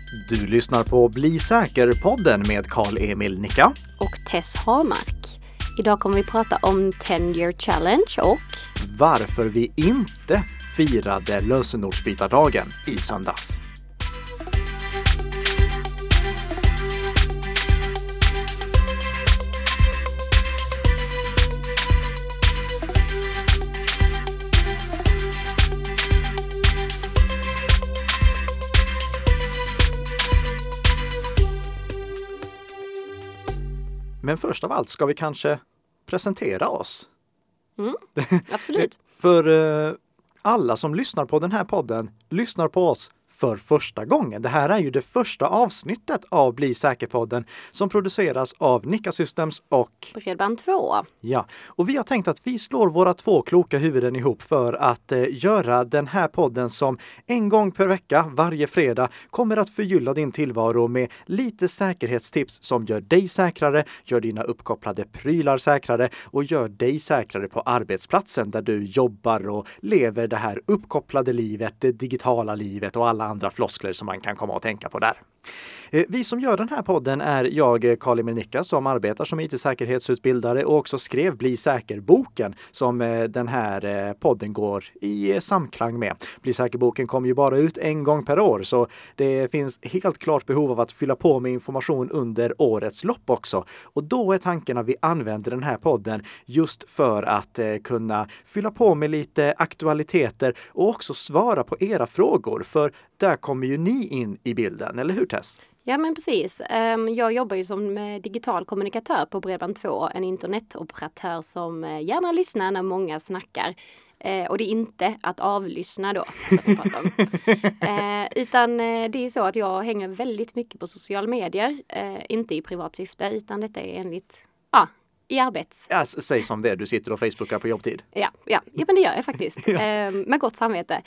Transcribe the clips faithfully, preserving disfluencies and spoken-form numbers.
Du lyssnar på Bli säker-podden med Karl-Emil Nicka och Tess Hamark. Idag kommer vi prata om ten year challenge och varför vi inte firade lösenordsbytardagen i söndags. Men först av allt ska vi kanske presentera oss. Mm, absolut. För eh, alla som lyssnar på den här podden lyssnar på oss för första gången. Det här är ju det första avsnittet av Bli säker-podden som produceras av Nicka Systems och Bredband två. Ja, och vi har tänkt att vi slår våra två kloka huvuden ihop för att eh, göra den här podden som en gång per vecka, varje fredag, kommer att förgylla din tillvaro med lite säkerhetstips som gör dig säkrare, gör dina uppkopplade prylar säkrare och gör dig säkrare på arbetsplatsen där du jobbar och lever det här uppkopplade livet, det digitala livet och alla andra floskler som man kan komma att tänka på där. Vi som gör den här podden är jag, Karl-Emil Nicka, som arbetar som I T-säkerhetsutbildare och också skrev Bli säker-boken som den här podden går i samklang med. Bli säker-boken kommer ju bara ut en gång per år, så det finns helt klart behov av att fylla på med information under årets lopp också. Och då är tanken att vi använder den här podden just för att kunna fylla på med lite aktualiteter och också svara på era frågor, för där kommer ju ni in i bilden, eller hur Tess? Ja, men precis. Jag jobbar ju som digital kommunikatör på Bredband två, en internetoperatör som gärna lyssnar när många snackar. Och det är inte att avlyssna då, som vi pratar om. Utan det är så att jag hänger väldigt mycket på sociala medier, inte i privatsyfte, utan detta är enligt, ja, i arbets. Ja, säg som det, du sitter och Facebookar på jobbtid. Ja, ja, ja men det gör jag faktiskt. Ja. Med gott samvete.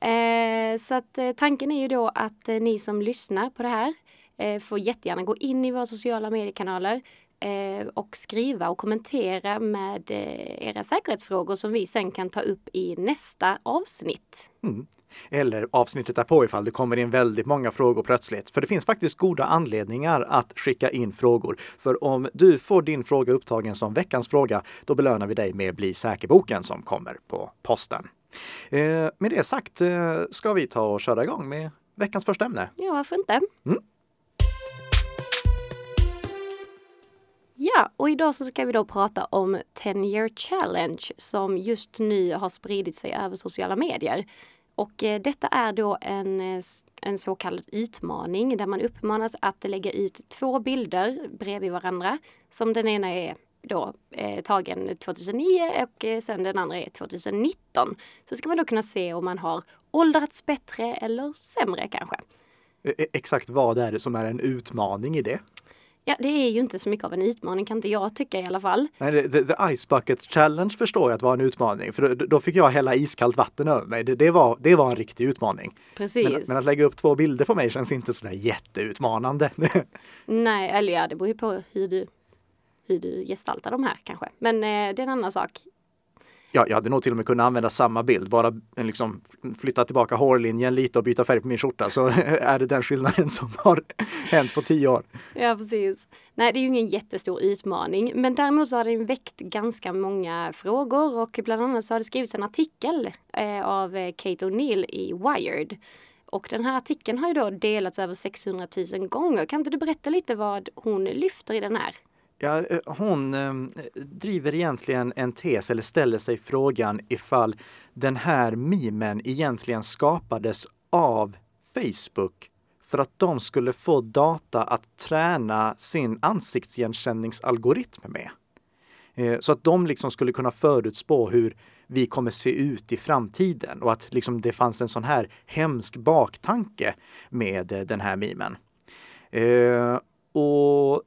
Mm. Så att tanken är ju då att ni som lyssnar på det här får jättegärna gå in i våra sociala mediekanaler och skriva och kommentera med era säkerhetsfrågor som vi sen kan ta upp i nästa avsnitt. Mm. Eller avsnittet därpå ifall det kommer in väldigt många frågor plötsligt. För det finns faktiskt goda anledningar att skicka in frågor. För om du får din fråga upptagen som veckans fråga, då belönar vi dig med Bli säker-boken som kommer på posten. Eh, med det sagt eh, ska vi ta och köra igång med veckans första ämne. Ja, varför inte? Mm. Ja, och idag så ska vi då prata om ten year challenge som just nu har spridit sig över sociala medier. Och eh, detta är då en, en så kallad utmaning där man uppmanas att lägga ut två bilder bredvid varandra. Som den ena är då eh, tagen tjugohundranio och eh, sen den andra är tjugonitton. Så ska man då kunna se om man har åldrats bättre eller sämre kanske. Exakt vad är det som är en utmaning i det? Ja, det är ju inte så mycket av en utmaning, kan inte jag tycka i alla fall. Nej, the, the Ice Bucket Challenge förstår jag att var en utmaning. För då, då fick jag hälla iskallt vatten över mig. Det, det, var, det var en riktig utmaning. Precis. Men, men att lägga upp två bilder på mig känns inte sådär jätteutmanande. Nej, eller ja, det beror ju på hur du, hur du gestaltar de här kanske. Men eh, det är en annan sak. Ja, jag hade nog till och med kunnat använda samma bild. Bara liksom flytta tillbaka hårlinjen lite och byta färg på min skjorta. Så är det den skillnaden som har hänt på tio år. Ja, precis. Nej, det är ju ingen jättestor utmaning. Men däremot så har den väckt ganska många frågor. Och bland annat så har det skrivits en artikel eh, av Kate O'Neill i Wired. Och den här artikeln har ju då delats över sexhundratusen gånger. Kan inte du berätta lite vad hon lyfter i den här? Ja, hon eh, driver egentligen en tes eller ställer sig frågan ifall den här memen egentligen skapades av Facebook för att de skulle få data att träna sin ansiktsigenkänningsalgoritm med. Eh, så att de liksom skulle kunna förutspå hur vi kommer se ut i framtiden och att liksom det fanns en sån här hemsk baktanke med eh, den här memen. Eh, och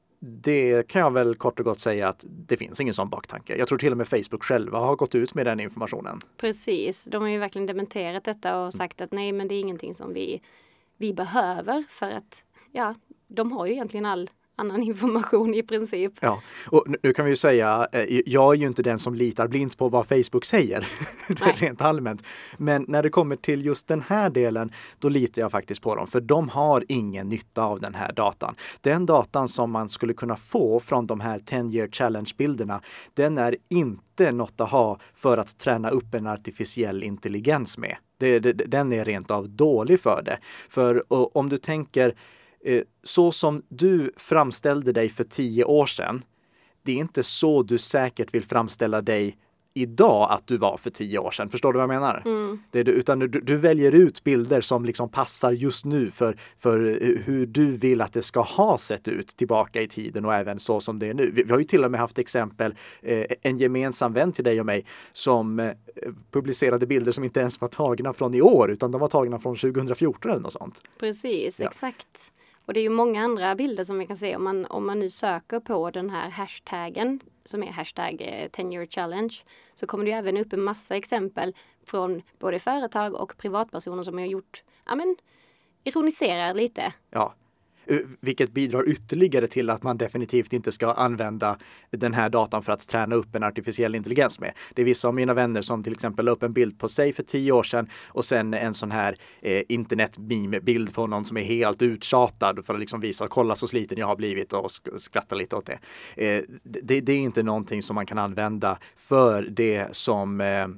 det kan jag väl kort och gott säga att det finns ingen sån baktanke. Jag tror till och med Facebook själva har gått ut med den informationen. Precis, de har ju verkligen dementerat detta och sagt att nej, men det är ingenting som vi, vi behöver för att ja, de har ju egentligen all, annan information i princip. Ja, och nu kan vi ju säga, jag är ju inte den som litar blint på vad Facebook säger, rent allmänt. Men när det kommer till just den här delen, då litar jag faktiskt på dem. För de har ingen nytta av den här datan. Den datan som man skulle kunna få från de här tio year challenge-bilderna, den är inte något att ha för att träna upp en artificiell intelligens med. Det, det, den är rent av dålig för det. För och, om du tänker så som du framställde dig för tio år sedan, det är inte så du säkert vill framställa dig idag att du var för tio år sedan. Förstår du vad jag menar? Mm. Det är, utan du, du väljer ut bilder som liksom passar just nu för, för hur du vill att det ska ha sett ut tillbaka i tiden och även så som det är nu. Vi, vi har ju till och med haft exempel, eh, en gemensam vän till dig och mig som eh, publicerade bilder som inte ens var tagna från i år utan de var tagna från tjugohundrafjorton eller något sånt. Precis, Ja. exakt. Och det är ju många andra bilder som vi kan se om man, om man nu söker på den här hashtaggen som är hashtag tio year challenge så kommer det ju även upp en massa exempel från både företag och privatpersoner som har gjort, ja men, ironiserar lite. Ja. Vilket bidrar ytterligare till att man definitivt inte ska använda den här datan för att träna upp en artificiell intelligens med. Det är vissa av mina vänner som till exempel la upp en bild på sig för tio år sedan och sen en sån här eh, internet-meme-bild på någon som är helt uttjatad för att liksom visa, kolla så sliten jag har blivit och sk- skratta lite åt det. Eh, det. Det är inte någonting som man kan använda för det som, eh,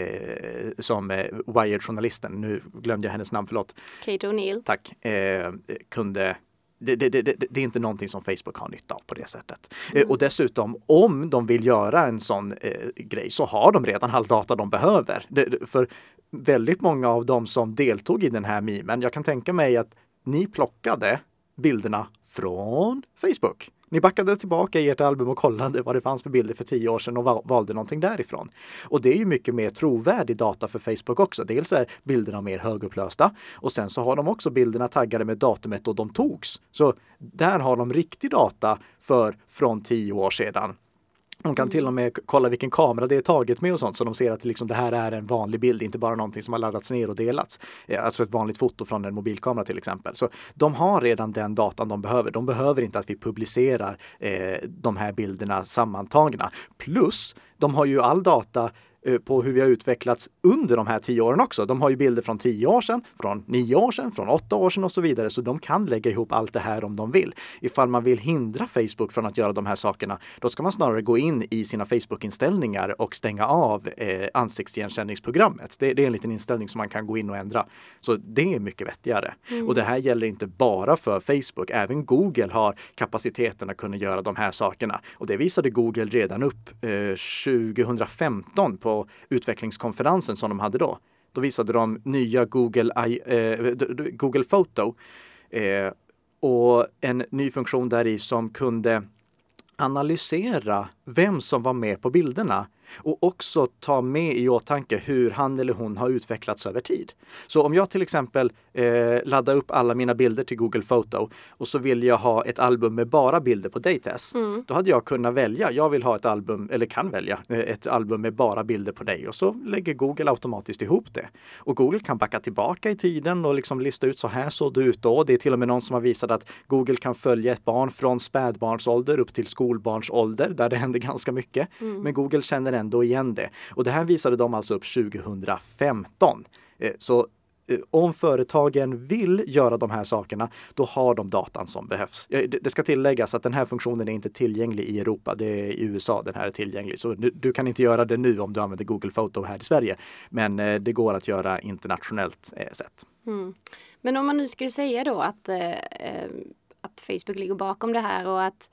som eh, Wired-journalisten, nu glömde jag hennes namn, förlåt. Kate O'Neill. Tack, eh, kunde Det, det, det, det är inte någonting som Facebook har nytta av på det sättet. Mm. Eh, och dessutom, om de vill göra en sån eh, grej så har de redan all data de behöver. Det, för väldigt många av dem som deltog i den här memen, jag kan tänka mig att ni plockade bilderna från Facebook. Ni backade tillbaka i ert album och kollade vad det fanns för bilder för tio år sedan och valde någonting därifrån. Och det är ju mycket mer trovärdig data för Facebook också. Dels är bilderna mer högupplösta och sen så har de också bilderna taggade med datumet då de togs. Så där har de riktig data för från tio år sedan. De kan till och med kolla vilken kamera det är taget med och sånt så de ser att liksom det här är en vanlig bild, inte bara någonting som har laddats ner och delats. Alltså ett vanligt foto från en mobilkamera till exempel. Så de har redan den datan de behöver. De behöver inte att vi publicerar eh, de här bilderna sammantagna. Plus, de har ju all data på hur vi har utvecklats under de här tio åren också. De har ju bilder från tio år sedan, från nio år sedan, från åtta år sedan och så vidare. Så de kan lägga ihop allt det här om de vill. Ifall man vill hindra Facebook från att göra de här sakerna, då ska man snarare gå in i sina Facebook-inställningar och stänga av eh, ansiktsigenkänningsprogrammet. Det, det är en liten inställning som man kan gå in och ändra. Så det är mycket vettigare. Mm. Och det här gäller inte bara för Facebook. Även Google har kapaciteten att kunna göra de här sakerna. Och det visade Google redan upp eh, tjugohundrafemton på utvecklingskonferensen som de hade då. Då visade de nya Google, I, eh, Google Photo eh, och en ny funktion där i som kunde analysera vem som var med på bilderna och också ta med i åtanke hur han eller hon har utvecklats över tid. Så om jag till exempel eh, laddar upp alla mina bilder till Google Photo och så vill jag ha ett album med bara bilder på dig, Tess. Mm. Då hade jag kunnat välja, jag vill ha ett album, eller kan välja, ett album med bara bilder på dig och så lägger Google automatiskt ihop det. Och Google kan backa tillbaka i tiden och liksom lista ut så här såg det ut då. Det är till och med någon som har visat att Google kan följa ett barn från spädbarnsålder upp till skolbarnsålder där det händer ganska mycket. Mm. Men Google känner ändå igen det. Och det här visade de alltså upp tjugohundrafemton. Så om företagen vill göra de här sakerna, då har de datan som behövs. Det ska tilläggas att den här funktionen är inte tillgänglig i Europa. Det är i U S A den här är tillgänglig. Så du kan inte göra det nu om du använder Google Photo här i Sverige. Men det går att göra internationellt sett. Mm. Men om man nu skulle säga då att, eh, att Facebook ligger bakom det här och att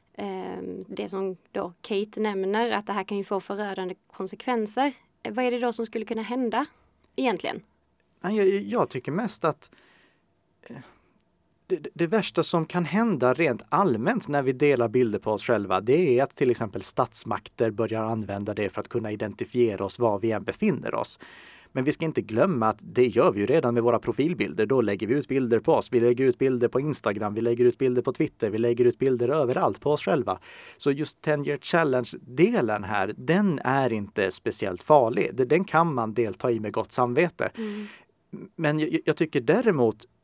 det som då Kate nämner, att det här kan ju få förödande konsekvenser. Vad är det då som skulle kunna hända egentligen? Jag, jag tycker mest att det, det värsta som kan hända rent allmänt när vi delar bilder på oss själva, det är att till exempel statsmakter börjar använda det för att kunna identifiera oss var vi än befinner oss. Men vi ska inte glömma att det gör vi ju redan med våra profilbilder. Då lägger vi ut bilder på oss. Vi lägger ut bilder på Instagram. Vi lägger ut bilder på Twitter. Vi lägger ut bilder överallt på oss själva. Så just tio year challenge-delen här, den är inte speciellt farlig. Den kan man delta i med gott samvete. Mm. Men jag, jag tycker däremot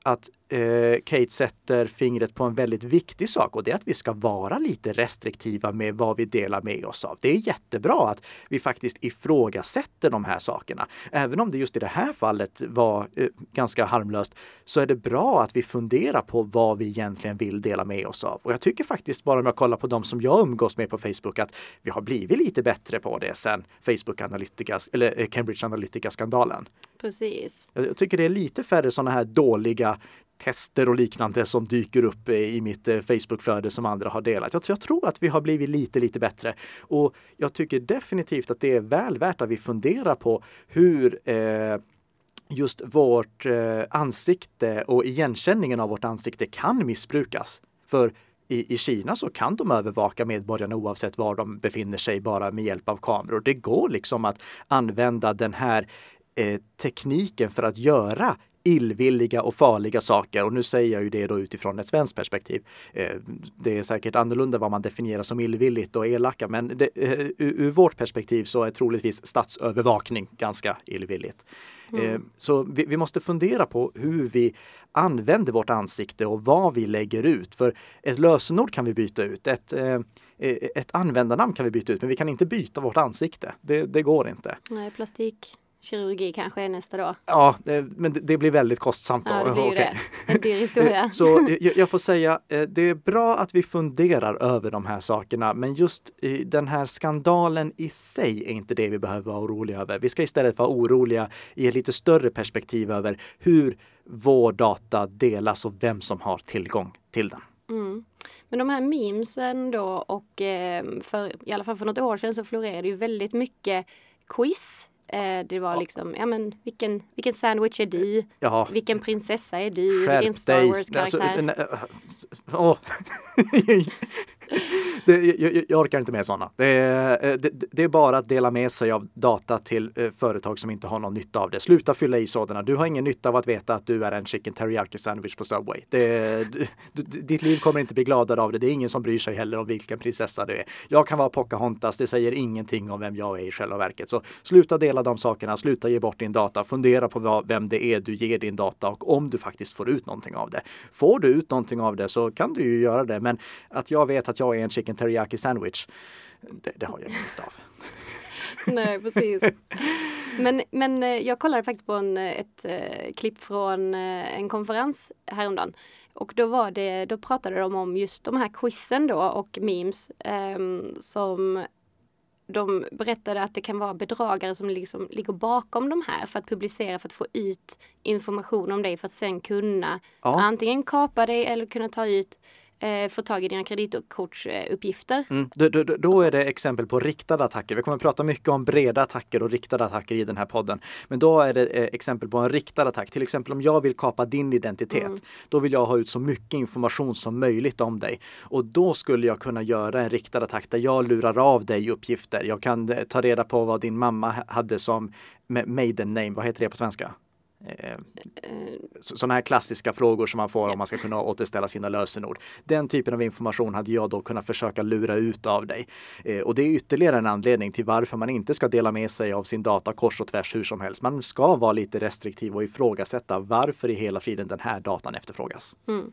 att eh, Kate sätter fingret på en väldigt viktig sak, och det är att vi ska vara lite restriktiva med vad vi delar med oss av. Det är jättebra att vi faktiskt ifrågasätter de här sakerna. Även om det just i det här fallet var eh, ganska harmlöst, så är det bra att vi funderar på vad vi egentligen vill dela med oss av. Och jag tycker faktiskt, bara om jag kollar på de som jag umgås med på Facebook, att vi har blivit lite bättre på det sen Facebook Analytica, eller Cambridge Analytica-skandalen. Precis. Jag tycker det är lite färre sådana här dåliga tester och liknande som dyker upp i mitt Facebook-flöde som andra har delat. Jag, jag tror att vi har blivit lite, lite bättre. Och jag tycker definitivt att det är väl värt att vi funderar på hur eh, just vårt eh, ansikte och igenkänningen av vårt ansikte kan missbrukas. För I, I Kina så kan de övervaka medborgarna oavsett var de befinner sig, bara med hjälp av kameror. Det går liksom att använda den här eh, tekniken för att göra illvilliga och farliga saker. Och nu säger jag ju det då utifrån ett svenskt perspektiv. Eh, det är säkert annorlunda vad man definierar som illvilligt och elaka, men det, eh, ur, ur vårt perspektiv så är troligtvis statsövervakning ganska illvilligt. Mm. Eh, så vi, vi måste fundera på hur vi använder vårt ansikte och vad vi lägger ut. För ett lösenord kan vi byta ut. Ett, eh, ett användarnamn kan vi byta ut, men vi kan inte byta vårt ansikte. Det, det går inte. Nej, plastik. Kirurgi kanske är nästa då. Ja, det, men det, det blir väldigt kostsamt då. Ja, det blir ju okay. det. En dyr historia. Så jag, jag får säga, det är bra att vi funderar över de här sakerna, men just den här skandalen i sig är inte det vi behöver vara oroliga över. Vi ska istället vara oroliga i ett lite större perspektiv över hur vår data delas och vem som har tillgång till den. Mm. Men de här memesen då, och för, i alla fall för något år sedan så florerade ju väldigt mycket quiz. Det var liksom, ja men vilken, vilken sandwich är du? Jaha. Vilken prinsessa är du? Skärp vilken Star Wars-karaktär? Alltså, åh. det, jag, jag orkar inte med sådana. Det, det, det är bara att dela med sig av data till eh, företag som inte har någon nytta av det. Sluta fylla i sådana. Du har ingen nytta av att veta att du är en chicken teriyaki sandwich på Subway. Det, du, ditt liv kommer inte bli gladare av det. Det är ingen som bryr sig heller om vilken prinsessa du är. Jag kan vara Pocahontas. Det säger ingenting om vem jag är i själva verket. Så sluta dela de sakerna. Sluta ge bort din data. Fundera på vad, vem det är du ger din data och om du faktiskt får ut någonting av det. Får du ut någonting av det så kan du ju göra det. Men att jag vet att jag är en chicken teriyaki sandwich, det, det har jag inte av. Nej, precis. Men, men jag kollade faktiskt på en, ett uh, klipp från uh, en konferens häromdagen. Och då, var det, då pratade de om just de här quizen då och memes um, som de berättade att det kan vara bedragare som liksom ligger bakom de här för att publicera, för att få ut information om dig för att sen kunna ja. antingen kapa dig eller kunna ta ut Eh, få tag i dina kreditkortsuppgifter. Mm. Då, då, då är det exempel på riktade attacker. Vi kommer att prata mycket om breda attacker och riktade attacker i den här podden. Men då är det eh, exempel på en riktad attack. Till exempel om jag vill kapa din identitet. Mm. Då vill jag ha ut så mycket information som möjligt om dig. Och då skulle jag kunna göra en riktad attack där jag lurar av dig uppgifter. Jag kan eh, ta reda på vad din mamma hade som maiden name. Vad heter det på svenska? Eh, sådana här klassiska frågor som man får om man ska kunna återställa sina lösenord. Den typen av information hade jag då kunnat försöka lura ut av dig. Eh, och det är ytterligare en anledning till varför man inte ska dela med sig av sin data kors och tvärs hur som helst. Man ska vara lite restriktiv och ifrågasätta varför i hela friden den här datan efterfrågas. Mm.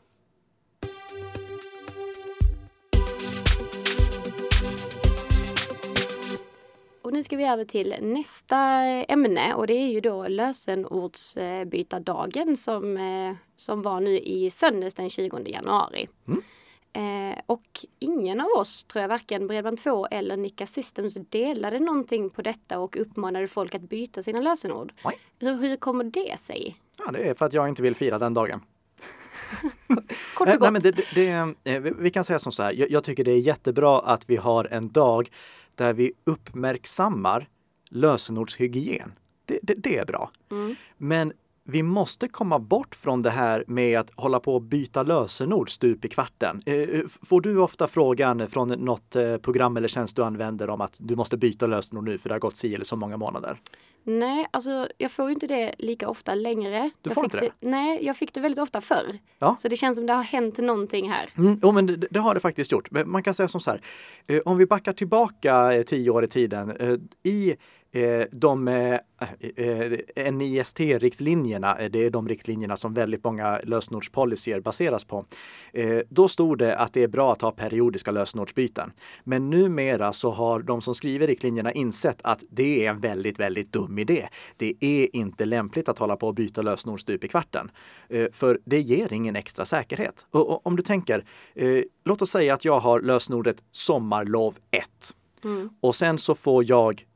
Och nu ska vi över till nästa ämne, och det är ju då lösenordsbytardagen som, som var nu i söndags den tjugonde januari. Mm. Eh, och ingen av oss, tror jag, varken Bredband två eller Nika Systems delade någonting på detta och uppmanade folk att byta sina lösenord. Hur, hur kommer det sig? Ja, det är för att jag inte vill fira den dagen. Kort och gott. Nej, men det, det, det, vi kan säga som så här. Jag, jag tycker det är jättebra att vi har en dag där vi uppmärksammar lösenordshygien. Det, det, det är bra. Mm. Men vi måste komma bort från det här med att hålla på att byta lösenord stup i kvarten. Får du ofta frågan från något program eller tjänst du använder om att du måste byta lösenord nu för det har gått si eller så många månader? Nej, alltså jag får ju inte det lika ofta längre. Du får jag inte det? det? Nej, jag fick det väldigt ofta förr. Ja. Så det känns som det har hänt någonting här. Mm, ja, men det, det har det faktiskt gjort. Men man kan säga som så här. Eh, om vi backar tillbaka eh, tio år i tiden. Eh, I De N I S T-riktlinjerna, det är de riktlinjerna som väldigt många lösenordspolicyer baseras på. Då stod det att det är bra att ha periodiska lösenordsbyten. Men numera så har de som skriver riktlinjerna insett att det är en väldigt, väldigt dum idé. Det är inte lämpligt att hålla på och byta lösenord stup i kvarten. För det ger ingen extra säkerhet. Och om du tänker, låt oss säga att jag har lösenordet sommarlov ett. Mm. Och sen så får jag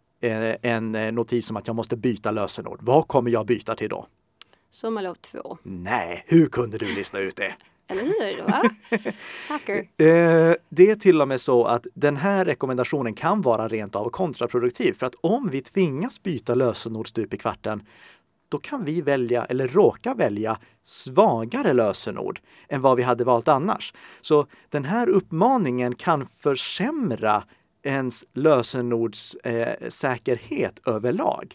en notis om att jag måste byta lösenord. Vad kommer jag byta till då? Sommarlov två. Nej, hur kunde du lista ut det? Eller hur, va? Hacker. Det är till och med så att den här rekommendationen kan vara rent av kontraproduktiv. För att om vi tvingas byta lösenord stup i kvarten, då kan vi välja eller råka välja svagare lösenord än vad vi hade valt annars. Så den här uppmaningen kan försämra ens lösenords eh, säkerhet överlag.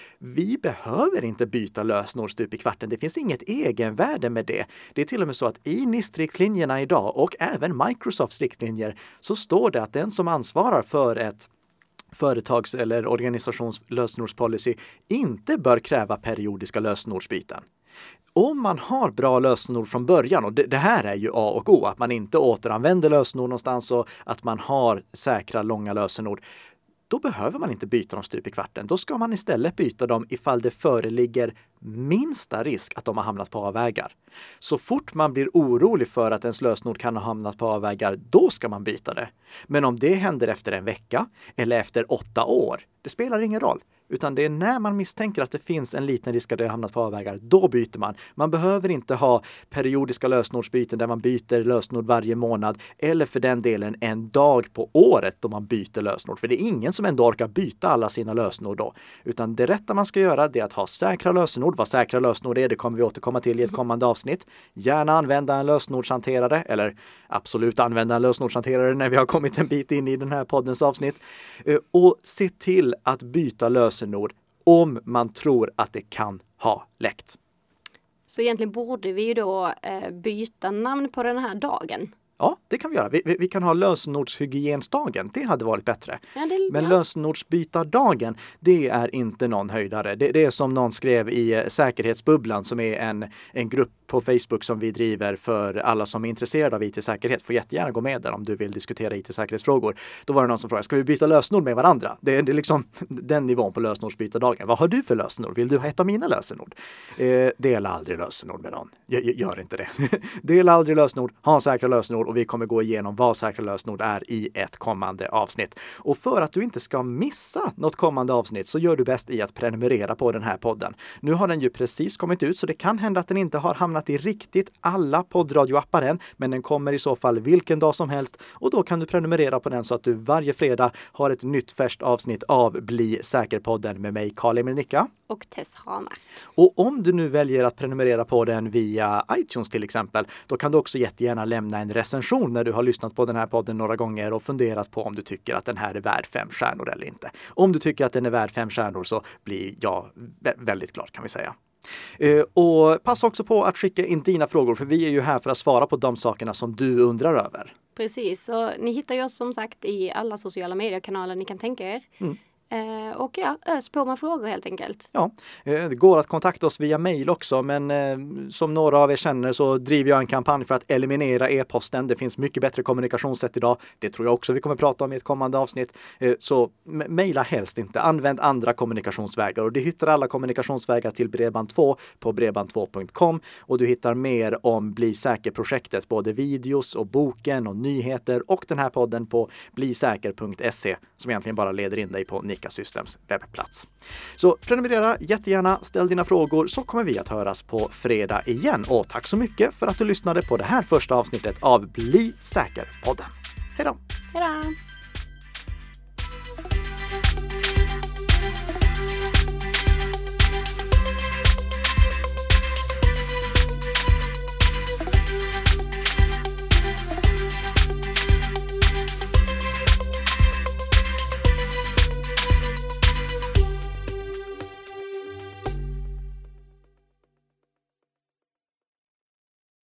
Vi behöver inte byta lösenord stup i kvarten. Det finns inget egenvärde med det. Det är till och med så att i N I S-riktlinjerna idag och även Microsofts riktlinjer så står det att den som ansvarar för ett företags- eller organisations lösenordspolicy inte bör kräva periodiska lösenordsbyten. Om man har bra lösenord från början, och det, det här är ju A och O, att man inte återanvänder lösenord någonstans och att man har säkra långa lösenord, då behöver man inte byta dem stup i kvarten. Då ska man istället byta dem ifall det föreligger minsta risk att de har hamnat på avvägar. Så fort man blir orolig för att ens lösenord kan ha hamnat på avvägar, då ska man byta det. Men om det händer efter en vecka eller efter åtta år, det spelar ingen roll. Utan det är när man misstänker att det finns en liten risk att det har hamnat på avvägar, då byter man. Man behöver inte ha periodiska lösenordsbyten där man byter lösenord varje månad eller för den delen en dag på året då man byter lösenord. För det är ingen som ändå orkar byta alla sina lösenord då. Utan det rätta man ska göra det är att ha säkra lösenord. Vad säkra lösenord är, det kommer vi återkomma till i ett kommande avsnitt. Gärna använda en lösenordshanterare eller absolut använda en lösenordshanterare när vi har kommit en bit in i den här poddens avsnitt. Och se till att byta lösenord om man tror att det kan ha läckt. Så egentligen borde vi ju då eh, byta namn på den här dagen. Ja, det kan vi göra. Vi, vi, vi kan ha lösenordshygiensdagen. Det hade varit bättre. Ja, det, Men ja. lösenordsbytardagen, det är inte någon höjdare. Det, det är som någon skrev i Säkerhetsbubblan som är en, en grupp på Facebook som vi driver för alla som är intresserade av I T-säkerhet. Får jättegärna gå med där om du vill diskutera I T-säkerhetsfrågor. Då var det någon som frågade, ska vi byta lösenord med varandra? Det, det är liksom den nivån på lösenordsbytardagen. Vad har du för lösenord? Vill du ha ett av mina lösenord? Eh, dela aldrig lösenord med någon. Jag, jag, gör inte det. Dela aldrig lösenord, ha säkra lösenord och vi kommer gå igenom vad säkra lösenord är i ett kommande avsnitt. Och för att du inte ska missa något kommande avsnitt så gör du bäst i att prenumerera på den här podden. Nu har den ju precis kommit ut så det kan hända att den inte har hamnat i riktigt alla poddradioappar än, men den kommer i så fall vilken dag som helst och då kan du prenumerera på den så att du varje fredag har ett nytt färskt avsnitt av Bli säker-podden med mig, Karl-Emil Nicka. Och Tess Hanar. Och om du nu väljer att prenumerera på den via iTunes till exempel, då kan du också jättegärna lämna en recension när du har lyssnat på den här podden några gånger och funderat på om du tycker att den här är värd fem stjärnor eller inte. Om du tycker att den är värd fem stjärnor så blir jag väldigt glad kan vi säga. Uh, och passa också på att skicka in dina frågor för vi är ju här för att svara på de sakerna som du undrar över. Precis, så ni hittar ju oss som sagt i alla sociala mediekanaler ni kan tänka er. Mm. Eh, och ja, ös på med frågor helt enkelt. Ja, det går att kontakta oss via mejl också, men eh, som några av er känner så driver jag en kampanj för att eliminera e-posten. Det finns mycket bättre kommunikationssätt idag. Det tror jag också vi kommer prata om i ett kommande avsnitt. Eh, så mejla helst inte. Använd andra kommunikationsvägar och du hittar alla kommunikationsvägar till Bredband två på bredband två punkt com och du hittar mer om Bli säker-projektet, både videos och boken och nyheter och den här podden på bli säker punkt se som egentligen bara leder in dig på Nicka Systems webbplats. Så prenumerera jättegärna, ställ dina frågor så kommer vi att höras på fredag igen. Och tack så mycket för att du lyssnade på det här första avsnittet av Bli säker-podden. Hej då! Hej då!